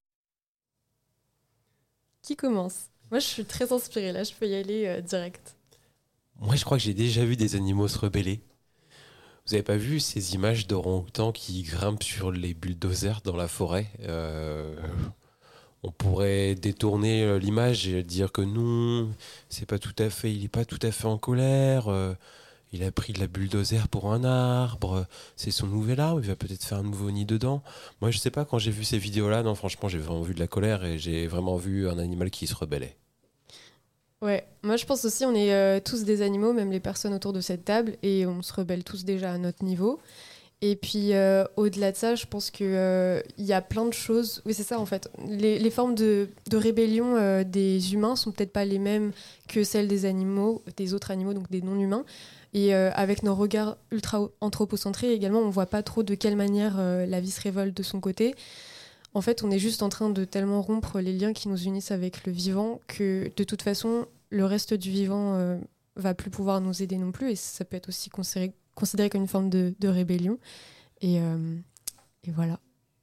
Qui commence ? Moi, je suis très inspirée, là, je peux y aller direct. Moi, je crois que j'ai déjà vu des animaux se rebeller. Vous avez pas vu ces images d'orang-outans qui grimpent sur les bulldozers dans la forêt ? On pourrait détourner l'image et dire que non, il est pas tout à fait en colère. Il a pris de la bulldozer pour un arbre, c'est son nouvel arbre, il va peut-être faire un nouveau nid dedans. Moi, je sais pas, quand j'ai vu ces vidéos-là, non, franchement, j'ai vraiment vu de la colère et j'ai vraiment vu un animal qui se rebellait. Ouais, moi je pense aussi, on est tous des animaux, même les personnes autour de cette table, et on se rebelle tous déjà à notre niveau. Et puis au-delà de ça, je pense qu'il y a plein de choses. Oui, c'est ça en fait. Les formes de rébellion des humains sont peut-être pas les mêmes que celles des animaux, des autres animaux, donc des non-humains. Et avec nos regards ultra anthropocentrés également, on voit pas trop de quelle manière la vie se révolte de son côté. En fait, on est juste en train de tellement rompre les liens qui nous unissent avec le vivant que de toute façon, le reste du vivant va plus pouvoir nous aider non plus. Et ça peut être aussi considéré comme une forme de rébellion. Et voilà.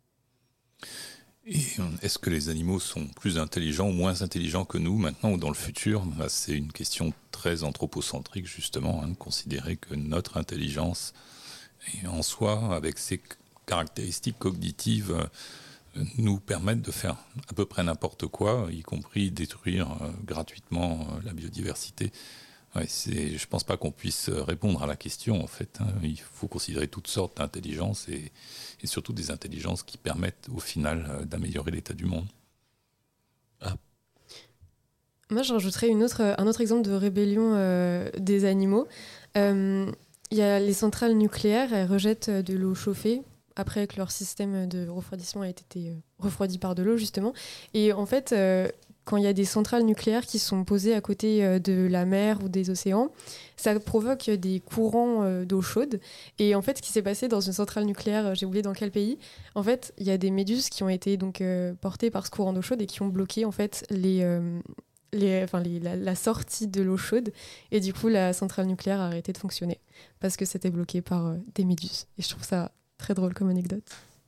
Et est-ce que les animaux sont plus intelligents ou moins intelligents que nous maintenant ou dans le futur ? C'est une question très anthropocentrique justement, de considérer que notre intelligence en soi, avec ses caractéristiques cognitives, nous permettent de faire à peu près n'importe quoi, y compris détruire gratuitement la biodiversité. Ouais, je ne pense pas qu'on puisse répondre à la question, en fait. Il faut considérer toutes sortes d'intelligences et surtout des intelligences qui permettent, au final, d'améliorer l'état du monde. Ah. Moi, je rajouterais un autre exemple de rébellion des animaux. Il y a les centrales nucléaires, elles rejettent de l'eau chauffée après que leur système de refroidissement a été refroidi par de l'eau, justement. Et en fait... quand il y a des centrales nucléaires qui sont posées à côté de la mer ou des océans, ça provoque des courants d'eau chaude. Et en fait, ce qui s'est passé dans une centrale nucléaire, j'ai oublié dans quel pays, en fait, il y a des méduses qui ont été donc portées par ce courant d'eau chaude et qui ont bloqué en fait la sortie de l'eau chaude. Et du coup, la centrale nucléaire a arrêté de fonctionner. parce que c'était bloqué par des méduses. Et je trouve ça très drôle comme anecdote.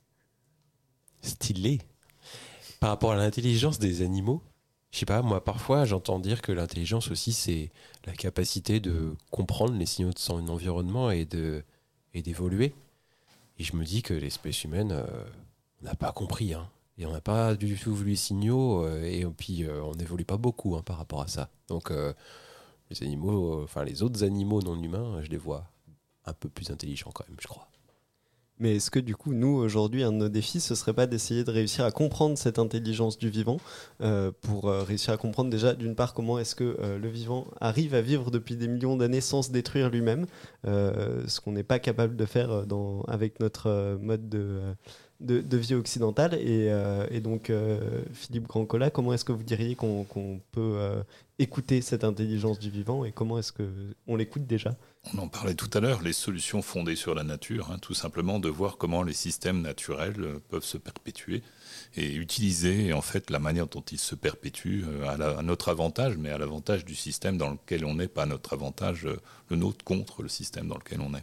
Stylé. Par rapport à l'intelligence des animaux, je sais pas, moi parfois j'entends dire que l'intelligence aussi c'est la capacité de comprendre les signaux de son environnement et d'évoluer. Et je me dis que l'espèce humaine, on n'a pas compris, hein. Et on n'a pas du tout vu les signaux, et puis on n'évolue pas beaucoup par rapport à ça. Donc les animaux, les autres animaux non humains, je les vois un peu plus intelligents quand même, je crois. Mais est-ce que du coup, nous, aujourd'hui, un de nos défis, ce serait pas d'essayer de réussir à comprendre cette intelligence du vivant pour réussir à comprendre déjà, d'une part, comment est-ce que le vivant arrive à vivre depuis des millions d'années sans se détruire lui-même, ce qu'on n'est pas capable de faire avec notre mode de vie occidentale. Et donc, Philippe Grandcola, comment est-ce que vous diriez qu'on peut écouter cette intelligence du vivant et comment est-ce qu'on l'écoute déjà ? On en parlait tout à l'heure, les solutions fondées sur la nature, tout simplement de voir comment les systèmes naturels peuvent se perpétuer et utiliser en fait la manière dont ils se perpétuent à notre avantage, mais à l'avantage du système dans lequel on est, pas à notre avantage, le nôtre contre le système dans lequel on est.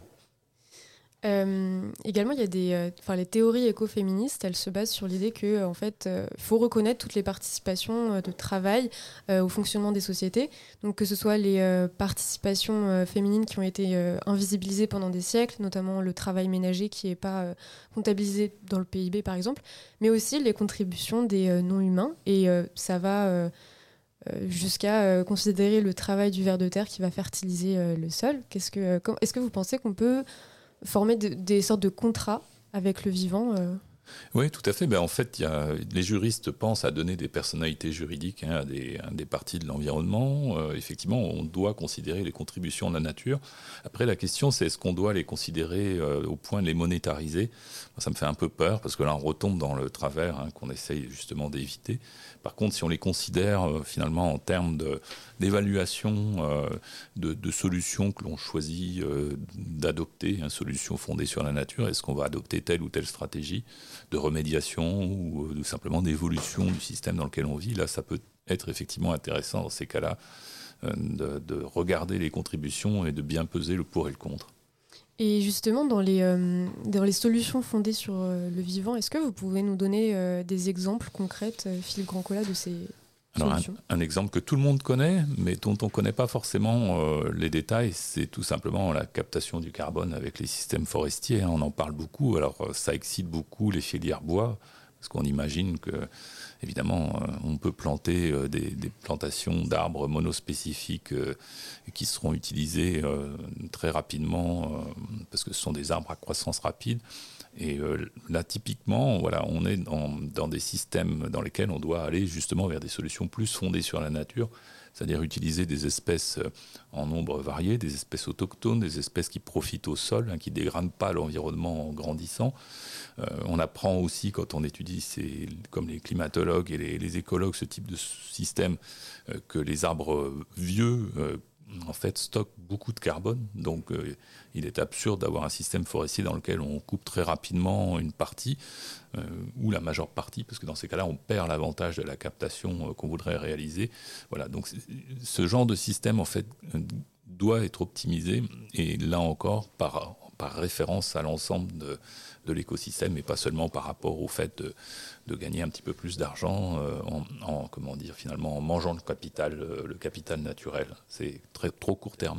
Également, il y a les théories écoféministes, elles se basent sur l'idée que en fait, faut reconnaître toutes les participations de travail au fonctionnement des sociétés. Donc que ce soit les participations féminines qui ont été invisibilisées pendant des siècles, notamment le travail ménager qui n'est pas comptabilisé dans le PIB par exemple, mais aussi les contributions des non-humains. Et ça va jusqu'à considérer le travail du ver de terre qui va fertiliser le sol. Est-ce que vous pensez qu'on peut former des sortes de contrats avec le vivant Oui, tout à fait. En fait, les juristes pensent à donner des personnalités juridiques à des parties de l'environnement. Effectivement, on doit considérer les contributions de la nature. Après, la question, c'est est-ce qu'on doit les considérer au point de les monétariser ? Ça me fait un peu peur, parce que là, on retombe dans le travers qu'on essaye justement d'éviter. Par contre, si on les considère finalement en termes d'évaluation de solutions que l'on choisit d'adopter, solutions fondées sur la nature, est-ce qu'on va adopter telle ou telle stratégie de remédiation ou simplement d'évolution du système dans lequel on vit? Là, ça peut être effectivement intéressant dans ces cas-là de regarder les contributions et de bien peser le pour et le contre. Et justement, dans les solutions fondées sur le vivant, est-ce que vous pouvez nous donner des exemples concrets, Philippe Grandcola, de ces solutions ? Un exemple que tout le monde connaît, mais dont on ne connaît pas forcément les détails, c'est tout simplement la captation du carbone avec les systèmes forestiers. On en parle beaucoup. Alors, ça excite beaucoup les filières bois, parce qu'on imagine que, évidemment, on peut planter des plantations d'arbres monospécifiques qui seront utilisés très rapidement, parce que ce sont des arbres à croissance rapide. Et là, typiquement, on est dans des systèmes dans lesquels on doit aller justement vers des solutions plus fondées sur la nature, c'est-à-dire utiliser des espèces en nombre varié, des espèces autochtones, des espèces qui profitent au sol, qui ne dégradent pas l'environnement en grandissant. On apprend aussi, quand on étudie, comme les climatologues et les écologues, ce type de système, que les arbres vieux en fait, stockent beaucoup de carbone. Donc, il est absurde d'avoir un système forestier dans lequel on coupe très rapidement une partie, ou la majeure partie, parce que dans ces cas-là, on perd l'avantage de la captation qu'on voudrait réaliser. Voilà, donc ce genre de système, en fait, doit être optimisé, et là encore, par référence à l'ensemble de l'écosystème, et pas seulement par rapport au fait de gagner un petit peu plus d'argent finalement en mangeant le capital naturel. C'est trop court terme.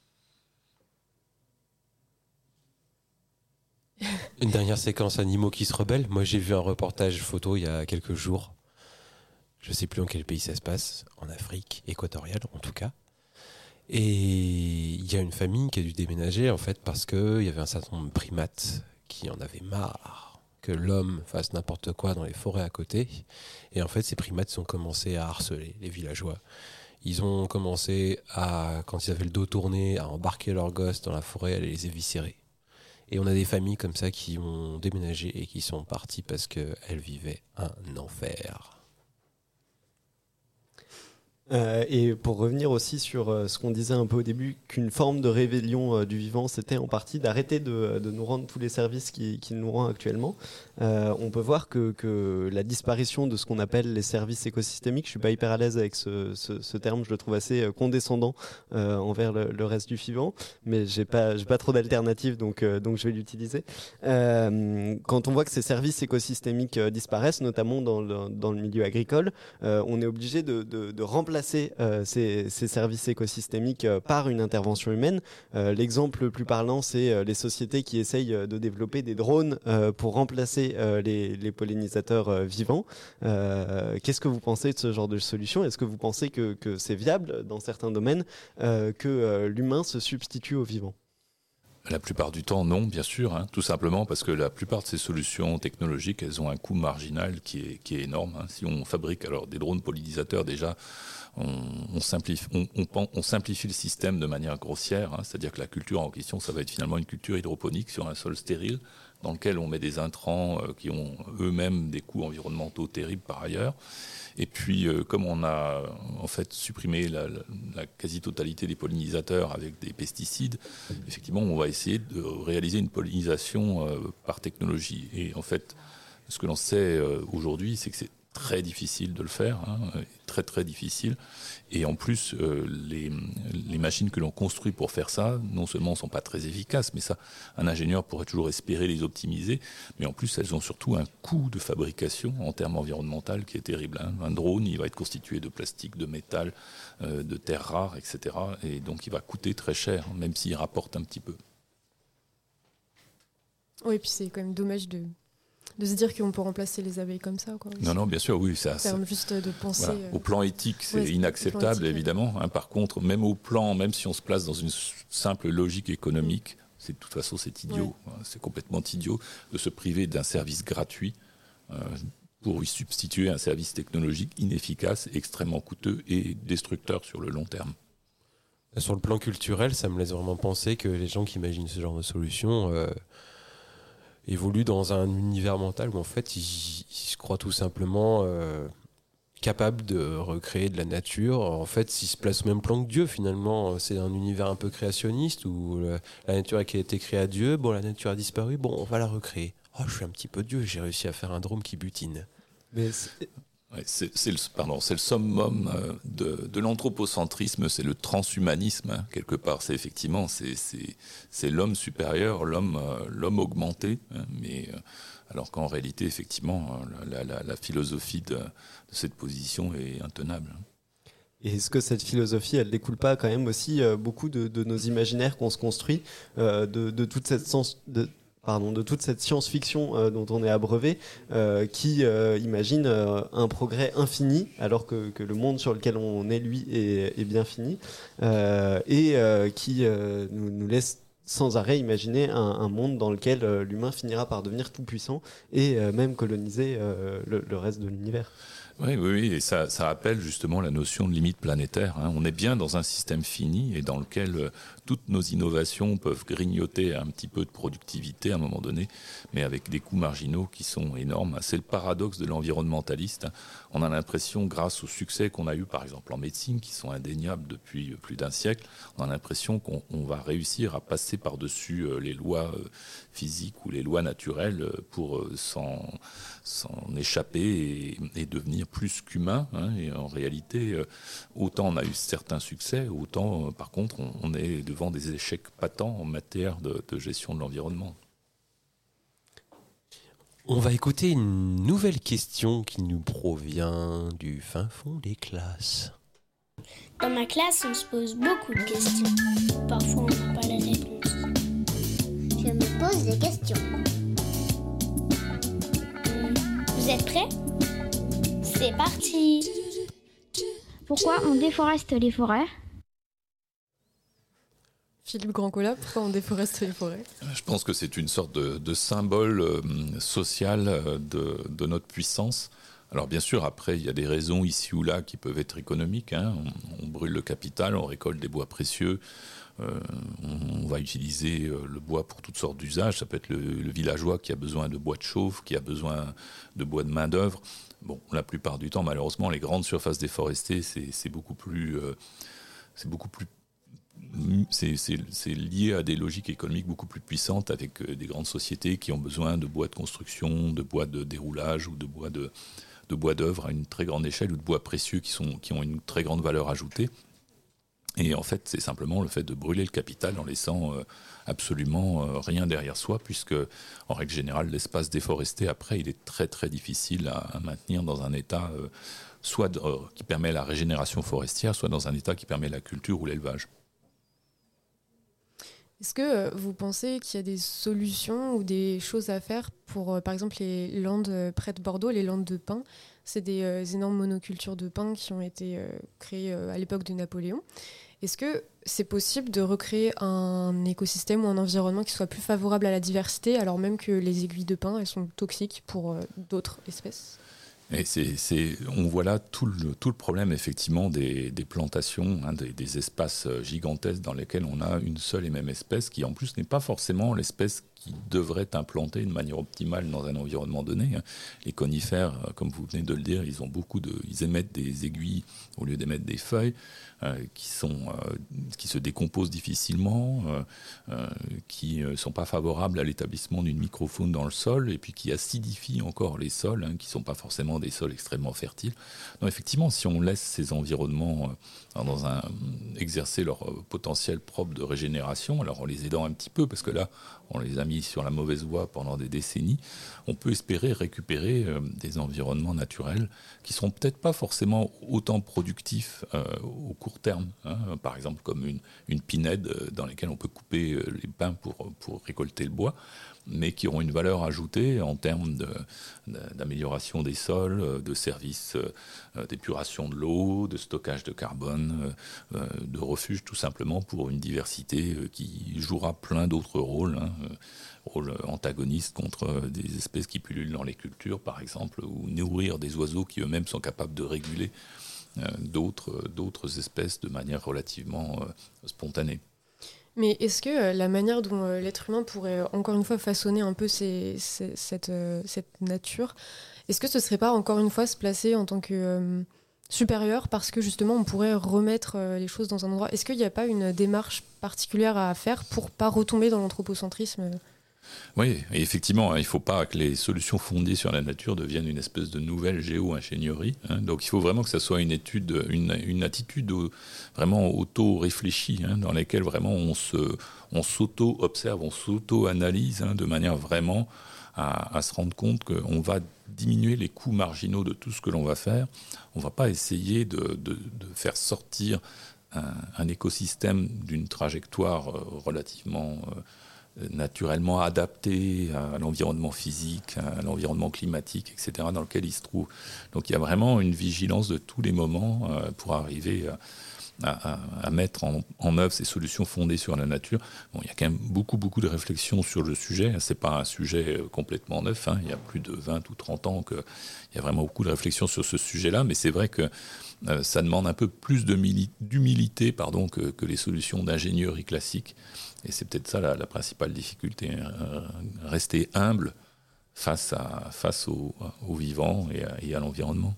Une dernière séquence animaux qui se rebellent. Moi, j'ai vu un reportage photo il y a quelques jours. Je ne sais plus dans quel pays ça se passe, en Afrique équatoriale en tout cas. Et il y a une famille qui a dû déménager en fait parce qu'il y avait un certain nombre de primates qui en avaient marre que l'homme fasse n'importe quoi dans les forêts à côté. Et en fait, ces primates ont commencé à harceler les villageois. Ils ont commencé quand ils avaient le dos tourné, à embarquer leurs gosses dans la forêt, à les éviscérer. Et on a des familles comme ça qui ont déménagé et qui sont parties parce qu'elles vivaient un enfer. Et pour revenir aussi sur ce qu'on disait un peu au début, qu'une forme de rébellion du vivant, c'était en partie d'arrêter de nous rendre tous les services qui nous rendent actuellement. On peut voir que la disparition de ce qu'on appelle les services écosystémiques, je suis pas hyper à l'aise avec ce terme, je le trouve assez condescendant envers le reste du vivant, mais j'ai pas trop d'alternatives, donc je vais l'utiliser. Quand on voit que ces services écosystémiques disparaissent, notamment dans le milieu agricole, on est obligé de remplacer ces services écosystémiques par une intervention humaine. L'exemple le plus parlant, c'est les sociétés qui essayent de développer des drones pour remplacer les pollinisateurs vivants. Qu'est-ce que vous pensez de ce genre de solution ? Est-ce que vous pensez que c'est viable dans certains domaines que l'humain se substitue au vivant ? La plupart du temps, non, bien sûr, tout simplement parce que la plupart de ces solutions technologiques, elles ont un coût marginal qui est énorme. Si on fabrique alors des drones pollinisateurs, déjà, on simplifie le système de manière grossière, c'est-à-dire que la culture en question, ça va être finalement une culture hydroponique sur un sol stérile, dans lequel on met des intrants qui ont eux-mêmes des coûts environnementaux terribles par ailleurs. Et puis, comme on a en fait supprimé la quasi-totalité des pollinisateurs avec des pesticides, effectivement, on va essayer de réaliser une pollinisation par technologie. Et en fait, ce que l'on sait aujourd'hui, c'est que c'est très difficile de le faire, très très difficile. Et en plus, les machines que l'on construit pour faire ça, non seulement ne sont pas très efficaces, mais ça, un ingénieur pourrait toujours espérer les optimiser, mais en plus, elles ont surtout un coût de fabrication en termes environnementaux qui est terrible. Un drone, il va être constitué de plastique, de métal, de terres rares, etc. Et donc, il va coûter très cher, même s'il rapporte un petit peu. Oui, et puis c'est quand même dommage de se dire qu'on peut remplacer les abeilles comme ça, quoi. Non, bien sûr, oui. Ça juste de penser... Voilà. Au plan éthique, c'est inacceptable, évidemment. Par contre, même si on se place dans une simple logique économique, de toute façon, c'est idiot. Ouais. C'est complètement idiot de se priver d'un service gratuit pour y substituer un service technologique inefficace, extrêmement coûteux et destructeur sur le long terme. Sur le plan culturel, ça me laisse vraiment penser que les gens qui imaginent ce genre de solution... évolue dans un univers mental où en fait ils se croient tout simplement capables de recréer de la nature. En fait, ils se placent au même plan que Dieu finalement. C'est un univers un peu créationniste où la nature a été créée à Dieu. Bon, la nature a disparu. Bon, on va la recréer. Oh, je suis un petit peu Dieu. J'ai réussi à faire un drone qui butine. Mais c'est le summum de l'anthropocentrisme, c'est le transhumanisme, quelque part. C'est effectivement, c'est l'homme supérieur, l'homme augmenté, mais alors qu'en réalité, effectivement, la philosophie de cette position est intenable. Et est-ce que cette philosophie, elle découle pas quand même aussi beaucoup de nos imaginaires qu'on se construit, de toute cette science-fiction dont on est abreuvé, qui imagine un progrès infini, alors que le monde sur lequel on est, lui, est bien fini, et qui nous laisse sans arrêt imaginer un monde dans lequel l'humain finira par devenir tout-puissant et même coloniser le reste de l'univers. Oui, et ça rappelle justement la notion de limite planétaire. On est bien dans un système fini et dans lequel toutes nos innovations peuvent grignoter un petit peu de productivité à un moment donné, mais avec des coûts marginaux qui sont énormes. C'est le paradoxe de l'environnementaliste. On a l'impression, grâce au succès qu'on a eu par exemple en médecine, qui sont indéniables depuis plus d'un siècle, on a l'impression qu'on va réussir à passer par-dessus les lois physiques ou les lois naturelles pour s'en échapper et devenir plus qu'humain. Et en réalité, autant on a eu certains succès, autant par contre on est devant des échecs patents en matière de gestion de l'environnement. On va écouter une nouvelle question qui nous provient du fin fond des classes. Dans ma classe, on se pose beaucoup de questions. Parfois, on n'a pas les réponses. Je me pose des questions. Vous êtes prêts ? C'est parti ! Pourquoi on déforeste les forêts ? Philippe Grandcola, pourquoi on déforeste les forêts ? Je pense que c'est une sorte de symbole social de notre puissance. Alors bien sûr, après, il y a des raisons ici ou là qui peuvent être économiques. On brûle le capital, on récolte des bois précieux, on va utiliser le bois pour toutes sortes d'usages. Ça peut être le villageois qui a besoin de bois de chauffe, qui a besoin de bois de main-d'œuvre. Bon, la plupart du temps, malheureusement, les grandes surfaces déforestées, c'est beaucoup plus... c'est lié à des logiques économiques beaucoup plus puissantes avec des grandes sociétés qui ont besoin de bois de construction, de bois de déroulage ou de bois d'œuvre à une très grande échelle ou de bois précieux qui ont une très grande valeur ajoutée. Et en fait, c'est simplement le fait de brûler le capital en laissant absolument rien derrière soi, puisque, en règle générale, l'espace déforesté, après, il est très très difficile à maintenir dans un état soit qui permet la régénération forestière, soit dans un état qui permet la culture ou l'élevage. Est-ce que vous pensez qu'il y a des solutions ou des choses à faire pour, par exemple, les landes près de Bordeaux, les landes de pins? C'est des énormes monocultures de pins qui ont été créées à l'époque de Napoléon. Est-ce que c'est possible de recréer un écosystème ou un environnement qui soit plus favorable à la diversité, alors même que les aiguilles de pin, elles sont toxiques pour d'autres espèces? Et on voit là tout le problème effectivement des plantations, des espaces gigantesques dans lesquels on a une seule et même espèce qui en plus n'est pas forcément l'espèce qui devrait être implantée de manière optimale dans un environnement donné. Les conifères, comme vous venez de le dire, ils émettent des aiguilles au lieu d'émettre des feuilles qui se décomposent difficilement, qui ne sont pas favorables à l'établissement d'une microfaune dans le sol et puis qui acidifient encore les sols, qui ne sont pas forcément des sols extrêmement fertiles. Donc effectivement, si on laisse ces environnements exercer leur potentiel propre de régénération, alors en les aidant un petit peu, parce que là, on les a mis sur la mauvaise voie pendant des décennies, on peut espérer récupérer des environnements naturels qui ne seront peut-être pas forcément autant productifs au court terme. Par exemple, comme une pinède dans laquelle on peut couper les pins pour récolter le bois, mais qui auront une valeur ajoutée en termes d'amélioration des sols, de services d'épuration de l'eau, de stockage de carbone, de refuge tout simplement pour une diversité qui jouera plein d'autres rôles, rôles antagonistes contre des espèces qui pullulent dans les cultures par exemple, ou nourrir des oiseaux qui eux-mêmes sont capables de réguler d'autres espèces de manière relativement spontanée. Mais est-ce que la manière dont l'être humain pourrait encore une fois façonner un peu cette nature, est-ce que ce ne serait pas encore une fois se placer en tant que supérieur parce que justement on pourrait remettre les choses dans un endroit? Est-ce qu'il n'y a pas une démarche particulière à faire pour ne pas retomber dans l'anthropocentrisme? Oui, et effectivement, il ne faut pas que les solutions fondées sur la nature deviennent une espèce de nouvelle géo-ingénierie. Donc il faut vraiment que ça soit une attitude vraiment auto-réfléchie, dans laquelle vraiment on s'auto-observe, on s'auto-analyse de manière vraiment à se rendre compte qu'on va diminuer les coûts marginaux de tout ce que l'on va faire. On ne va pas essayer de faire sortir un écosystème d'une trajectoire relativement naturellement adapté à l'environnement physique, à l'environnement climatique, etc., dans lequel il se trouve. Donc il y a vraiment une vigilance de tous les moments pour arriver à mettre en œuvre ces solutions fondées sur la nature. Bon, il y a quand même beaucoup de réflexions sur le sujet. Ce n'est pas un sujet complètement neuf. Il y a plus de 20 ou 30 ans qu'il y a vraiment beaucoup de réflexions sur ce sujet-là, mais c'est vrai que ça demande un peu plus d'humilité que les solutions d'ingénierie classiques. Et c'est peut-être ça la principale difficulté, rester humble face au vivant et à l'environnement.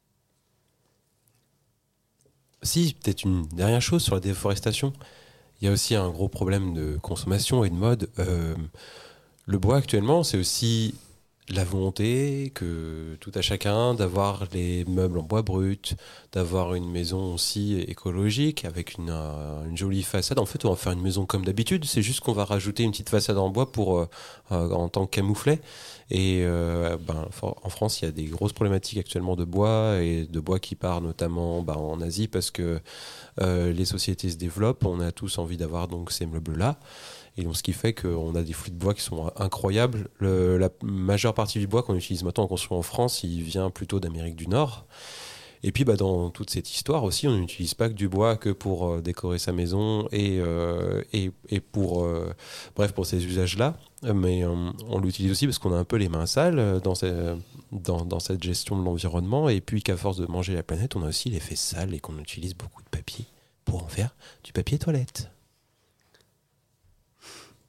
Si, peut-être une dernière chose sur la déforestation. Il y a aussi un gros problème de consommation et de mode. Le bois actuellement, c'est aussi la volonté que tout à chacun d'avoir les meubles en bois brut, d'avoir une maison aussi écologique avec une jolie façade. En fait, on va faire une maison comme d'habitude, c'est juste qu'on va rajouter une petite façade en bois en tant que camouflet. Et en France, il y a des grosses problématiques actuellement de bois et de bois qui part notamment en Asie parce que les sociétés se développent. On a tous envie d'avoir donc ces meubles-là. Et donc, ce qui fait qu'on a des flux de bois qui sont incroyables. La majeure partie du bois qu'on utilise maintenant en construction en France, il vient plutôt d'Amérique du Nord. Et puis, dans toute cette histoire aussi, on n'utilise pas que du bois que pour décorer sa maison et pour ces usages-là. Mais on l'utilise aussi parce qu'on a un peu les mains sales dans cette gestion de l'environnement. Et puis qu'à force de manger la planète, on a aussi les fesses sales et qu'on utilise beaucoup de papier pour en faire du papier toilette.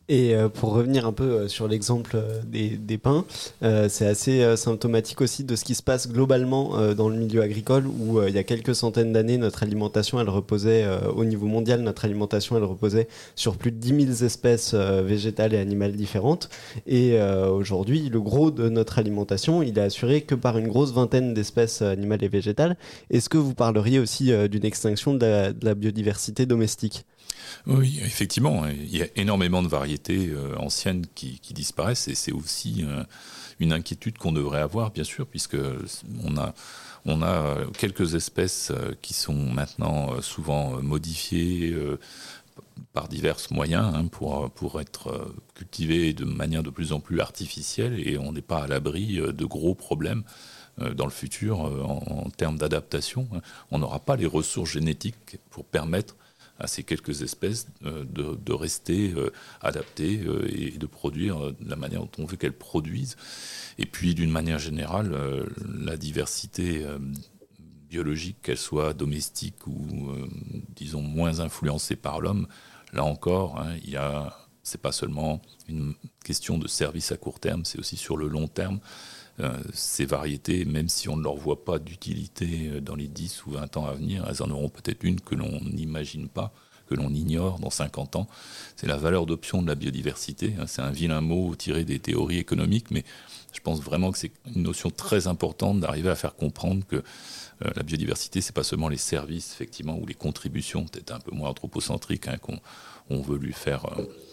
Et pour revenir un peu sur l'exemple des pins, c'est assez symptomatique aussi de ce qui se passe globalement dans le milieu agricole où il y a quelques centaines d'années, notre alimentation, elle reposait, au niveau mondial, notre alimentation, elle reposait sur plus de 10 000 espèces végétales et animales différentes. Et aujourd'hui, le gros de notre alimentation, il est assuré que par une grosse vingtaine d'espèces animales et végétales. Est-ce que vous parleriez aussi d'une extinction de la biodiversité domestique ? Oui, effectivement, il y a énormément de variétés anciennes qui disparaissent et c'est aussi une inquiétude qu'on devrait avoir, bien sûr, puisque on a quelques espèces qui sont maintenant souvent modifiées par divers moyens pour être cultivées de manière de plus en plus artificielle et on n'est pas à l'abri de gros problèmes dans le futur en termes d'adaptation. On n'aura pas les ressources génétiques pour permettre à ces quelques espèces de rester adaptées et de produire de la manière dont on veut qu'elles produisent. Et puis, d'une manière générale, la diversité biologique, qu'elle soit domestique ou, disons, moins influencée par l'homme, là encore, c'est pas seulement une question de service à court terme, c'est aussi sur le long terme. Ces variétés, même si on ne leur voit pas d'utilité dans les 10 ou 20 ans à venir, elles en auront peut-être une que l'on n'imagine pas, que l'on ignore dans 50 ans. C'est la valeur d'option de la biodiversité. C'est un vilain mot tiré des théories économiques, mais je pense vraiment que c'est une notion très importante d'arriver à faire comprendre que la biodiversité, c'est pas seulement les services, effectivement, ou les contributions, peut-être un peu moins anthropocentriques, qu'on veut lui faire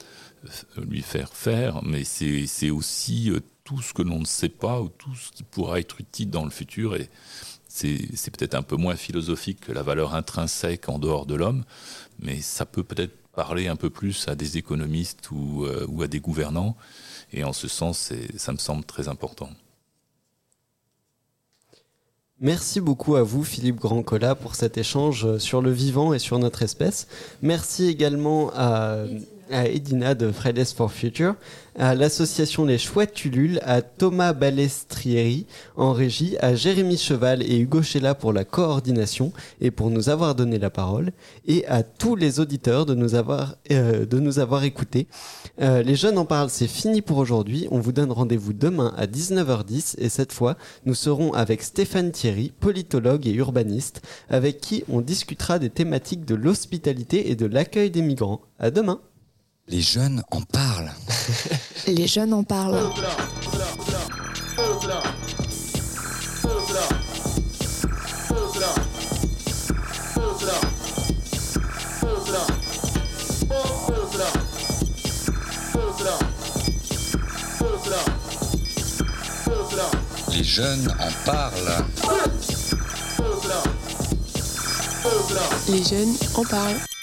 faire, mais c'est aussi tout ce que l'on ne sait pas ou tout ce qui pourra être utile dans le futur. Et c'est peut-être un peu moins philosophique que la valeur intrinsèque en dehors de l'homme, mais ça peut peut-être parler un peu plus à des économistes ou à des gouvernants. Et en ce sens, ça me semble très important. Merci beaucoup à vous, Philippe Grandcola, pour cet échange sur le vivant et sur notre espèce. Merci également à Edina de Fridays for Future, à l'association Les Chouettes Tulules, à Thomas Balestrieri en régie, à Jérémy Cheval et Hugo Chella pour la coordination et pour nous avoir donné la parole, et à tous les auditeurs de nous avoir écoutés. Les Jeunes en parlent, c'est fini pour aujourd'hui. On vous donne rendez-vous demain à 19h10 et cette fois, nous serons avec Stéphane Thierry, politologue et urbaniste, avec qui on discutera des thématiques de l'hospitalité et de l'accueil des migrants. À demain. Les jeunes en parlent. Les jeunes en parlent. Les jeunes en parlent. Les jeunes en parlent.